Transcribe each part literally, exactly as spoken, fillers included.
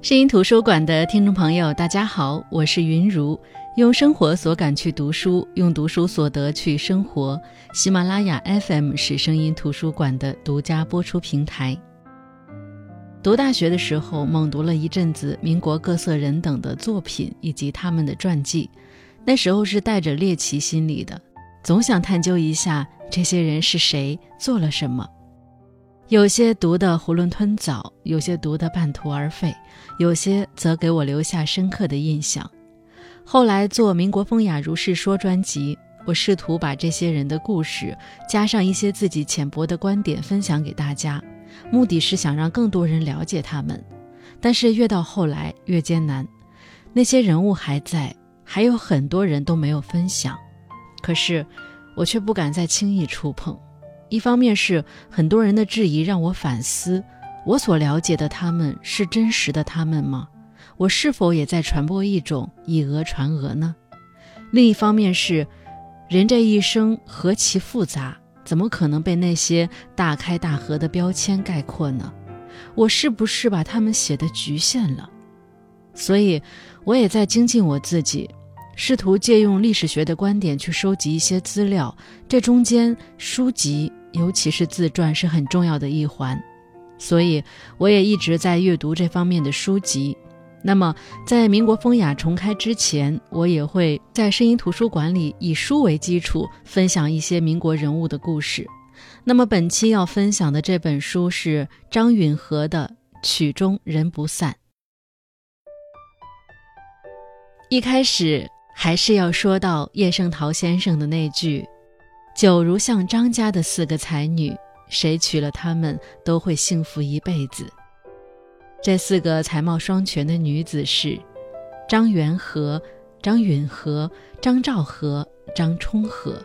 声音图书馆的听众朋友大家好，我是云如，用生活所感去读书，用读书所得去生活。喜马拉雅 F M 是声音图书馆的独家播出平台。读大学的时候猛读了一阵子民国各色人等的作品以及他们的传记，那时候是带着猎奇心理的，总想探究一下这些人是谁，做了什么。有些读得囫囵吞枣，有些读得半途而废，有些则给我留下深刻的印象。后来做民国风雅如是说专辑，我试图把这些人的故事加上一些自己浅薄的观点分享给大家，目的是想让更多人了解他们。但是越到后来越艰难，那些人物还在，还有很多人都没有分享，可是我却不敢再轻易触碰。一方面是很多人的质疑让我反思，我所了解的他们是真实的他们吗？我是否也在传播一种以讹传讹呢？另一方面是人这一生何其复杂，怎么可能被那些大开大合的标签概括呢？我是不是把他们写得局限了？所以我也在精进我自己，试图借用历史学的观点去收集一些资料，这中间书籍尤其是自传是很重要的一环，所以我也一直在阅读这方面的书籍。那么在民国风雅重开之前，我也会在声音图书馆里以书为基础分享一些民国人物的故事。那么本期要分享的这本书是张允和的《曲终人不散》。一开始还是要说到叶圣陶先生的那句，九如像张家的四个才女，谁娶了她们都会幸福一辈子。这四个才貌双全的女子是张元和、张允和、张兆和、张充和。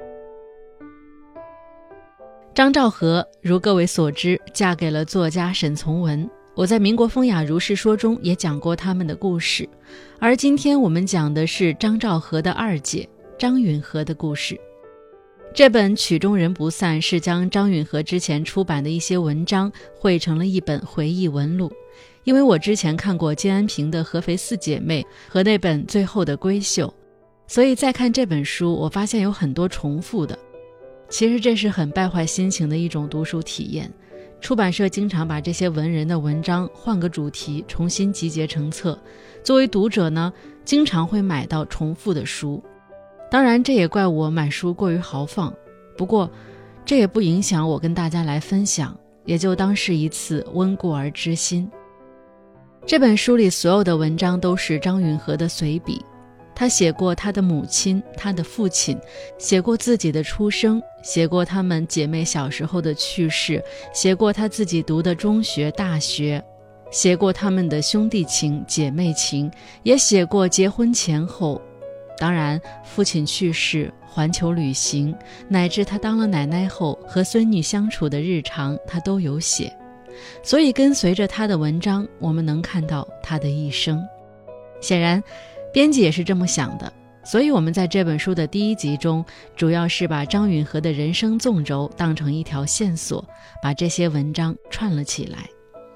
张兆和如各位所知，嫁给了作家沈从文，我在民国风雅如是说中也讲过他们的故事，而今天我们讲的是张兆和的二姐张允和的故事。这本《曲终人不散》是将张允和之前出版的一些文章汇成了一本回忆文录。因为我之前看过金安平的《合肥四姐妹》和那本《最后的闺秀》，所以再看这本书，我发现有很多重复的。其实这是很败坏心情的一种读书体验。出版社经常把这些文人的文章换个主题重新集结成册，作为读者呢，经常会买到重复的书。当然这也怪我买书过于豪放，不过这也不影响我跟大家来分享，也就当是一次温故而知新。这本书里所有的文章都是张允和的随笔，他写过他的母亲，他的父亲，写过自己的出生，写过她们姐妹小时候的趣事，写过他自己读的中学、大学，写过他们的兄弟情、姐妹情，也写过结婚前后。当然父亲去世、环球旅行，乃至他当了奶奶后和孙女相处的日常，他都有写。所以跟随着他的文章，我们能看到他的一生。显然编辑也是这么想的，所以我们在这本书的第一集中，主要是把张允和的人生纵轴当成一条线索，把这些文章串了起来。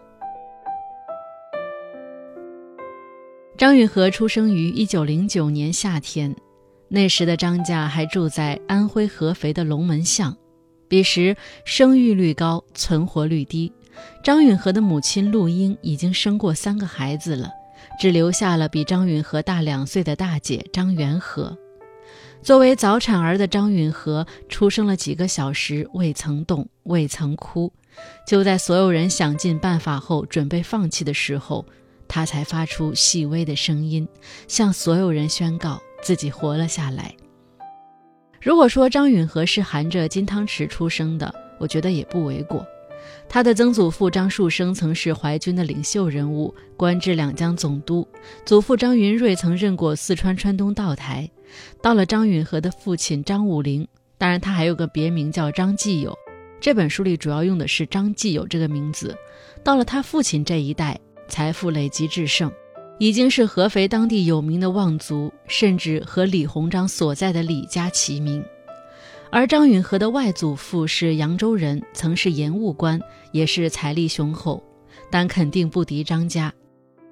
张允和出生于一九零九年夏天，那时的张家还住在安徽合肥的龙门巷，彼时生育率高，存活率低。张允和的母亲陆英已经生过三个孩子了，只留下了比张允和大两岁的大姐张元和。作为早产儿的张允和出生了几个小时，未曾动，未曾哭。就在所有人想尽办法后准备放弃的时候，他才发出细微的声音，向所有人宣告自己活了下来。如果说张允和是含着金汤匙出生的，我觉得也不为过。他的曾祖父张树声曾是淮军的领袖人物，官至两江总督，祖父张云瑞曾任过四川川东道台。到了张允和的父亲张武龄，当然他还有个别名叫张继友，这本书里主要用的是张继友这个名字。到了他父亲这一代，财富累积至盛，已经是合肥当地有名的望族，甚至和李鸿章所在的李家齐名。而张允和的外祖父是扬州人，曾是盐务官，也是财力雄厚，但肯定不敌张家。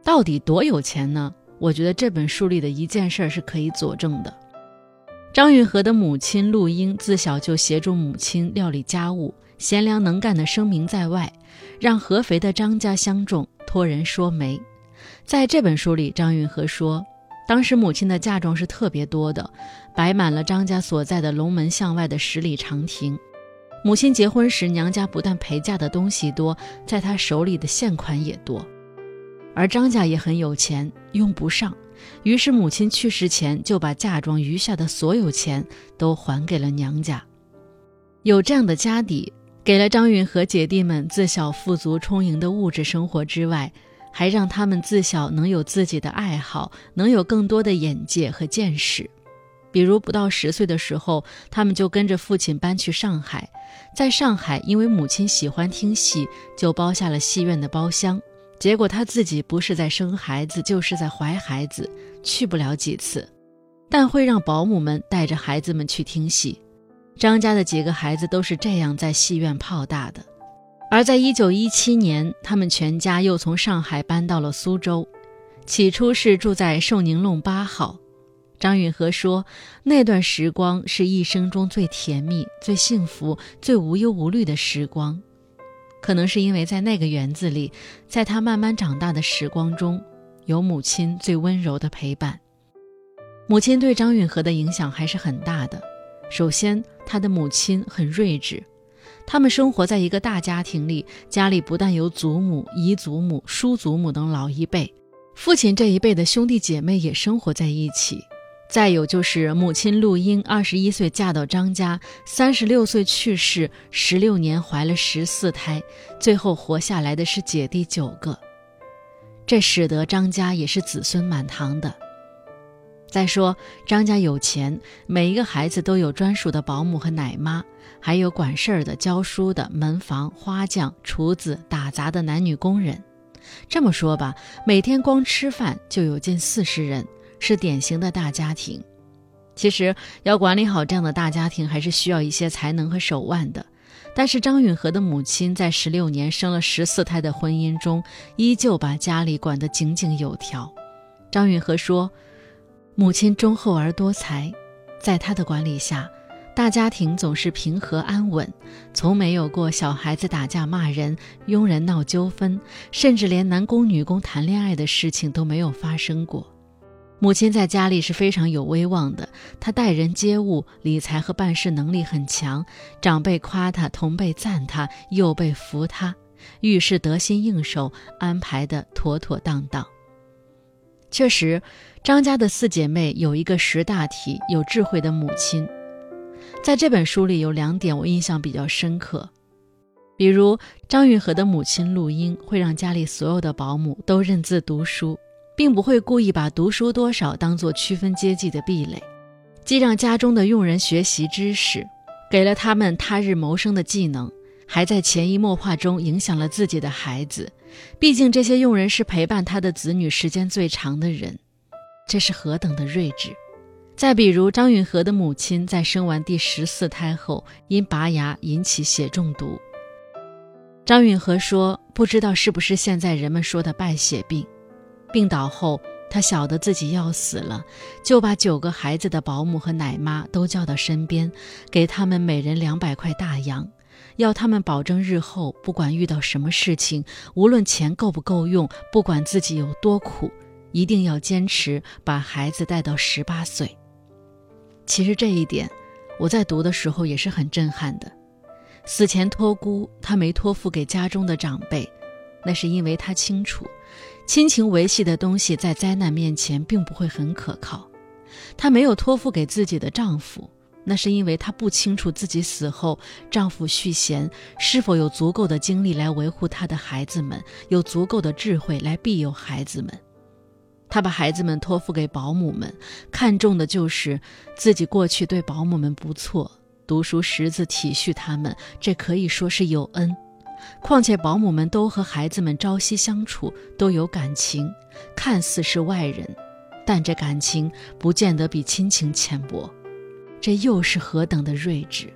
到底多有钱呢？我觉得这本书里的一件事是可以佐证的。张允和的母亲陆英自小就协助母亲料理家务，贤良能干的声名在外，让合肥的张家相中，托人说媒。在这本书里，张允和说，当时母亲的嫁妆是特别多的，摆满了张家所在的龙门向外的十里长亭。母亲结婚时，娘家不但陪嫁的东西多，在她手里的现款也多。而张家也很有钱，用不上，于是母亲去世前就把嫁妆余下的所有钱都还给了娘家。有这样的家底，给了张允和姐弟们自小富足充盈的物质生活之外，还让他们自小能有自己的爱好，能有更多的眼界和见识。比如不到十岁的时候，他们就跟着父亲搬去上海，在上海因为母亲喜欢听戏，就包下了戏院的包厢。结果他自己不是在生孩子，就是在怀孩子，去不了几次，但会让保姆们带着孩子们去听戏。张家的几个孩子都是这样在戏院泡大的。而在一九一七年，他们全家又从上海搬到了苏州，起初是住在寿宁弄八号。张允和说，那段时光是一生中最甜蜜、最幸福、最无忧无虑的时光。可能是因为在那个园子里，在他慢慢长大的时光中，有母亲最温柔的陪伴。母亲对张允和的影响还是很大的。首先，他的母亲很睿智，他们生活在一个大家庭里，家里不但有祖母、姨祖母、叔祖母等老一辈，父亲这一辈的兄弟姐妹也生活在一起。再有就是母亲陆英二十一岁嫁到张家，三十六岁去世，十六年怀了十四胎，最后活下来的是姐弟九个，这使得张家也是子孙满堂的。再说张家有钱，每一个孩子都有专属的保姆和奶妈，还有管事儿的、教书的、门房、花匠、厨子、打杂的男女工人。这么说吧，每天光吃饭就有近四十人，是典型的大家庭。其实要管理好这样的大家庭，还是需要一些才能和手腕的。但是张允和的母亲在十六年生了十四胎的婚姻中，依旧把家里管得井井有条。张允和说，母亲忠厚而多才，在她的管理下，大家庭总是平和安稳，从没有过小孩子打架骂人、佣人闹纠纷，甚至连男工女工谈恋爱的事情都没有发生过。母亲在家里是非常有威望的，她待人接物、理财和办事能力很强，长辈夸她，同辈赞她，幼辈服她，遇事得心应手，安排得妥妥当当。确实，张家的四姐妹有一个识大体、有智慧的母亲。在这本书里有两点我印象比较深刻，比如张允和的母亲陆英会让家里所有的保姆都认字读书，并不会故意把读书多少当作区分阶级的壁垒，既让家中的佣人学习知识，给了他们他日谋生的技能，还在潜移默化中影响了自己的孩子。毕竟这些佣人是陪伴他的子女时间最长的人，这是何等的睿智。再比如张允和的母亲在生完第十四胎后，因拔牙引起血中毒。张允和说，不知道是不是现在人们说的败血病。病倒后，他晓得自己要死了，就把九个孩子的保姆和奶妈都叫到身边，给他们每人两百块大洋，要他们保证日后不管遇到什么事情，无论钱够不够用，不管自己有多苦，一定要坚持把孩子带到十八岁。其实这一点我在读的时候也是很震撼的。死前托孤，他没托付给家中的长辈，那是因为他清楚亲情维系的东西在灾难面前并不会很可靠。她没有托付给自己的丈夫，那是因为她不清楚自己死后丈夫续弦是否有足够的精力来维护她的孩子们，有足够的智慧来庇佑孩子们。她把孩子们托付给保姆们，看重的就是自己过去对保姆们不错，读书识字体恤他们，这可以说是有恩。况且保姆们都和孩子们朝夕相处，都有感情，看似是外人，但这感情不见得比亲情浅薄，这又是何等的睿智。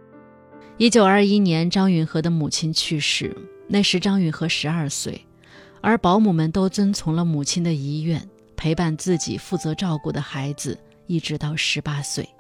一九二一年，张允和的母亲去世，那时张允和十二岁， 而保姆们都遵从了母亲的遗愿，陪伴自己负责照顾的孩子一直到十八岁。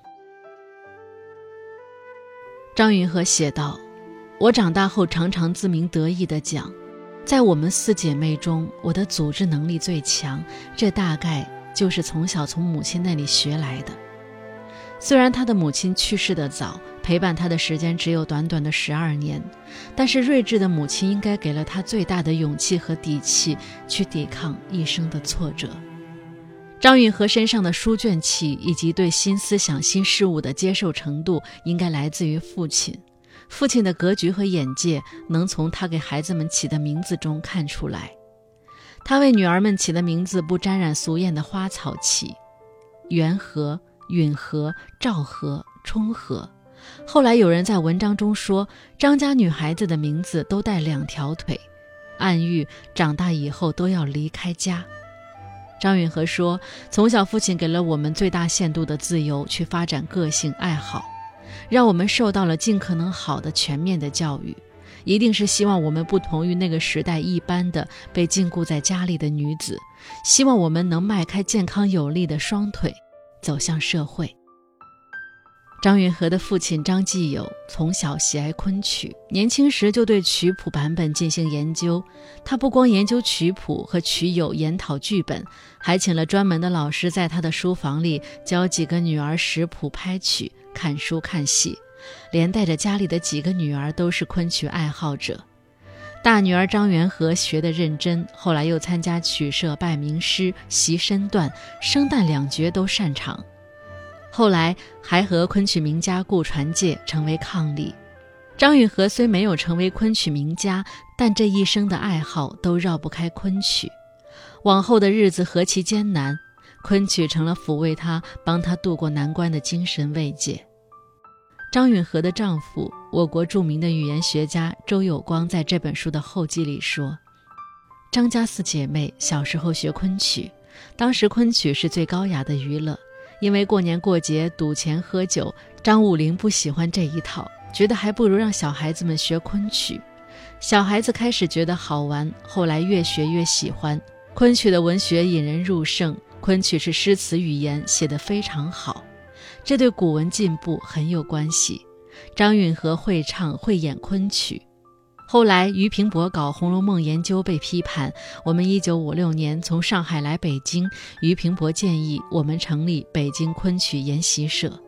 张允和写道，我长大后常常自鸣得意地讲，在我们四姐妹中，我的组织能力最强，这大概就是从小从母亲那里学来的。虽然她的母亲去世得早，陪伴她的时间只有短短的十二年，但是睿智的母亲应该给了她最大的勇气和底气，去抵抗一生的挫折。张允和身上的书卷气以及对新思想新事物的接受程度，应该来自于父亲。父亲的格局和眼界能从他给孩子们起的名字中看出来。他为女儿们起的名字不沾染俗艳的花草气，元和、允和、赵和、冲和。后来有人在文章中说，张家女孩子的名字都带两条腿，暗喻长大以后都要离开家。张允和说，从小父亲给了我们最大限度的自由，去发展个性爱好，让我们受到了尽可能好的全面的教育，一定是希望我们不同于那个时代一般的被禁锢在家里的女子，希望我们能迈开健康有力的双腿，走向社会。张允和的父亲张继友从小喜爱昆曲，年轻时就对曲谱版本进行研究。他不光研究曲谱和曲友研讨剧本，还请了专门的老师在他的书房里教几个女儿识谱拍曲、看书看戏，连带着家里的几个女儿都是昆曲爱好者。大女儿张元和学得认真，后来又参加曲社拜名师、习身段，生旦两绝都擅长。后来还和昆曲名家顾传介成为伉俪。张允和虽没有成为昆曲名家，但这一生的爱好都绕不开昆曲。往后的日子何其艰难，昆曲成了抚慰他、帮他度过难关的精神慰藉。张允和的丈夫，我国著名的语言学家周有光在这本书的后记里说，张家四姐妹小时候学昆曲，当时昆曲是最高雅的娱乐，因为过年过节赌钱喝酒，张武龄不喜欢这一套，觉得还不如让小孩子们学昆曲。小孩子开始觉得好玩，后来越学越喜欢。昆曲的文学引人入胜，昆曲是诗词语言，写得非常好，这对古文进步很有关系。张允和会唱会演昆曲。后来俞平伯搞《红楼梦》研究被批判，我们一九五六年从上海来北京，俞平伯建议我们成立北京昆曲研习社。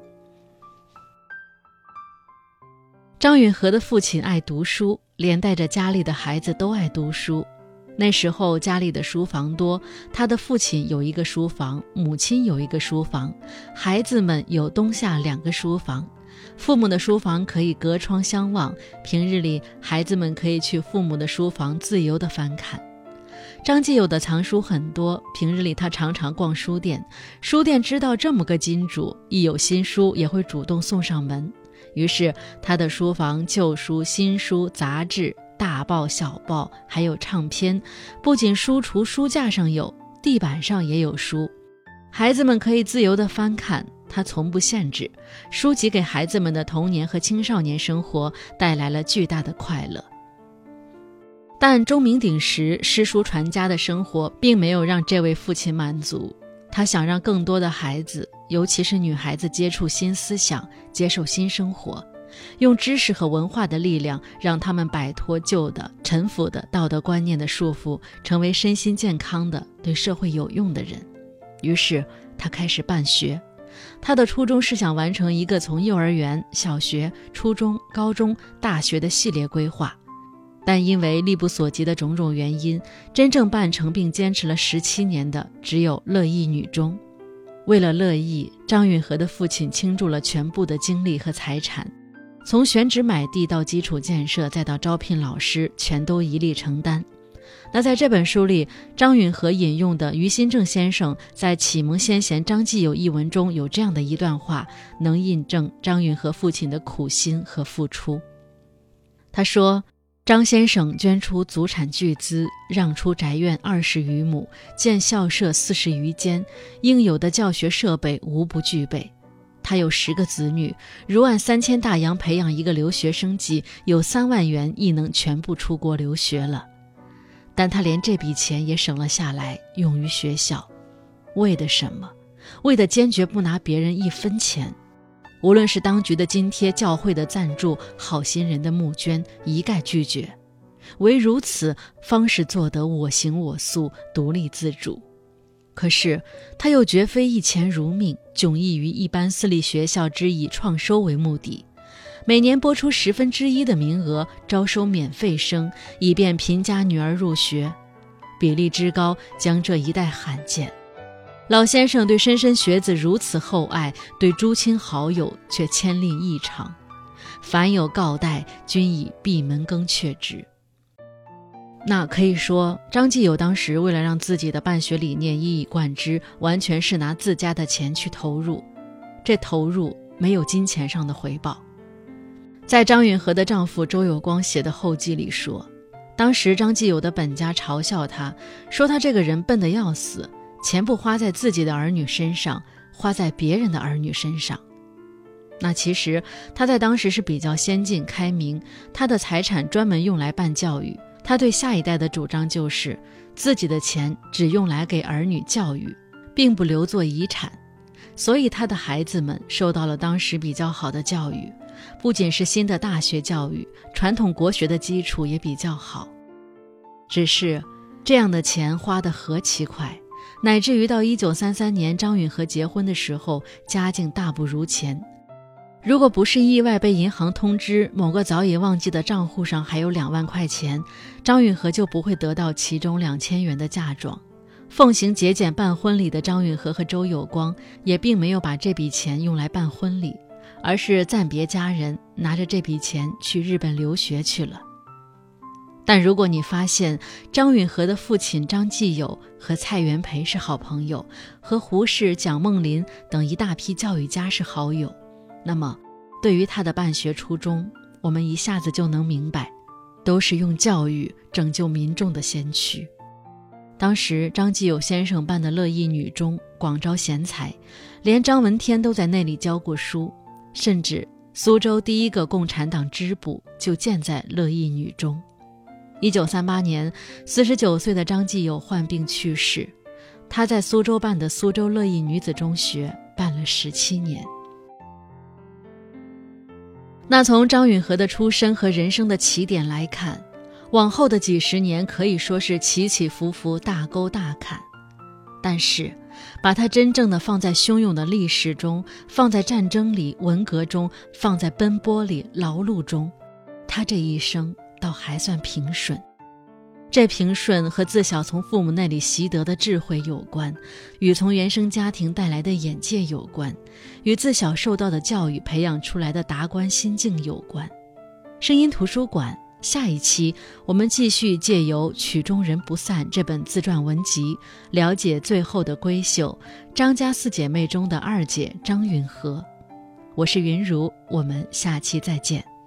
张允和的父亲爱读书，连带着家里的孩子都爱读书。那时候家里的书房多，他的父亲有一个书房，母亲有一个书房，孩子们有冬夏两个书房。父母的书房可以隔窗相望，平日里孩子们可以去父母的书房自由地翻看。张继友的藏书很多，平日里他常常逛书店，书店知道这么个金主，一有新书也会主动送上门。于是他的书房旧书、新书、杂志、大报、小报，还有唱片，不仅书橱书架上有，地板上也有书，孩子们可以自由地翻看，他从不限制。书籍给孩子们的童年和青少年生活带来了巨大的快乐。但钟鸣鼎食、诗书传家的生活并没有让这位父亲满足，他想让更多的孩子，尤其是女孩子接触新思想，接受新生活，用知识和文化的力量让他们摆脱旧的、陈腐的道德观念的束缚，成为身心健康的、对社会有用的人。于是他开始办学。他的初衷是想完成一个从幼儿园、小学、初中、高中、大学的系列规划，但因为力不所及的种种原因，真正办成并坚持了十七年的只有乐意女中。为了乐意，张允和的父亲倾注了全部的精力和财产，从选址买地到基础建设，再到招聘老师，全都一力承担。那在这本书里，张允和引用的于新正先生在《启蒙先贤张继友》一文中有这样的一段话，能印证张允和父亲的苦心和付出。他说，张先生捐出祖产巨资，让出宅院二十余亩，建校舍四十余间，应有的教学设备无不具备。他有十个子女，如按三千大洋培养一个留学生计，有三万元亦能全部出国留学了。 但他连这笔钱也省了下来，用于学校。为的什么？为的坚决不拿别人一分钱。无论是当局的津贴、教会的赞助、好心人的募捐，一概拒绝。唯如此，方是做得我行我素，独立自主。可是他又绝非一钱如命，迥异于一般私立学校之以创收为目的，每年拨出十分之一的名额招收免费生，以便贫家女儿入学，比例之高，将这一代罕见。老先生对莘莘学子如此厚爱，对诸亲好友却千令异常，凡有告代，均以闭门羹却之。那可以说，张继友当时为了让自己的办学理念一以贯之，完全是拿自家的钱去投入，这投入没有金钱上的回报。在张允和的丈夫周有光写的后记里说，当时张继友的本家嘲笑他，说他这个人笨得要死，钱不花在自己的儿女身上，花在别人的儿女身上。那其实他在当时是比较先进开明，他的财产专门用来办教育，他对下一代的主张就是自己的钱只用来给儿女教育，并不留作遗产。所以他的孩子们受到了当时比较好的教育，不仅是新的大学教育，传统国学的基础也比较好。只是这样的钱花得何其快，乃至于到一九三三年张允和结婚的时候，家境大不如前。如果不是意外被银行通知某个早已忘记的账户上还有两万块钱，张允和就不会得到其中两千元的嫁妆。奉行节俭办婚礼的张允和和周有光也并没有把这笔钱用来办婚礼，而是暂别家人，拿着这笔钱去日本留学去了。但如果你发现张允和的父亲张继友和蔡元培是好朋友，和胡适、蒋梦麟等一大批教育家是好友，那么对于他的办学初衷，我们一下子就能明白，都是用教育拯救民众的先驱。当时张继友先生办的乐义女中广招贤才，连张闻天都在那里教过书，甚至苏州第一个共产党支部就建在乐义女中。一九三八年，四十九岁的张继友患病去世，他在苏州办的苏州乐义女子中学办了十七年。那从张允和的出身和人生的起点来看，往后的几十年可以说是起起伏伏，大沟大坎。但是把它真正的放在汹涌的历史中，放在战争里、文革中，放在奔波里、劳碌中，他这一生倒还算平顺。这平顺和自小从父母那里习得的智慧有关，与从原生家庭带来的眼界有关，与自小受到的教育培养出来的达观心境有关。声音图书馆下一期我们继续借由《曲终人不散》这本自传文集，了解最后的闺秀张家四姐妹中的二姐张允和。我是云如，我们下期再见。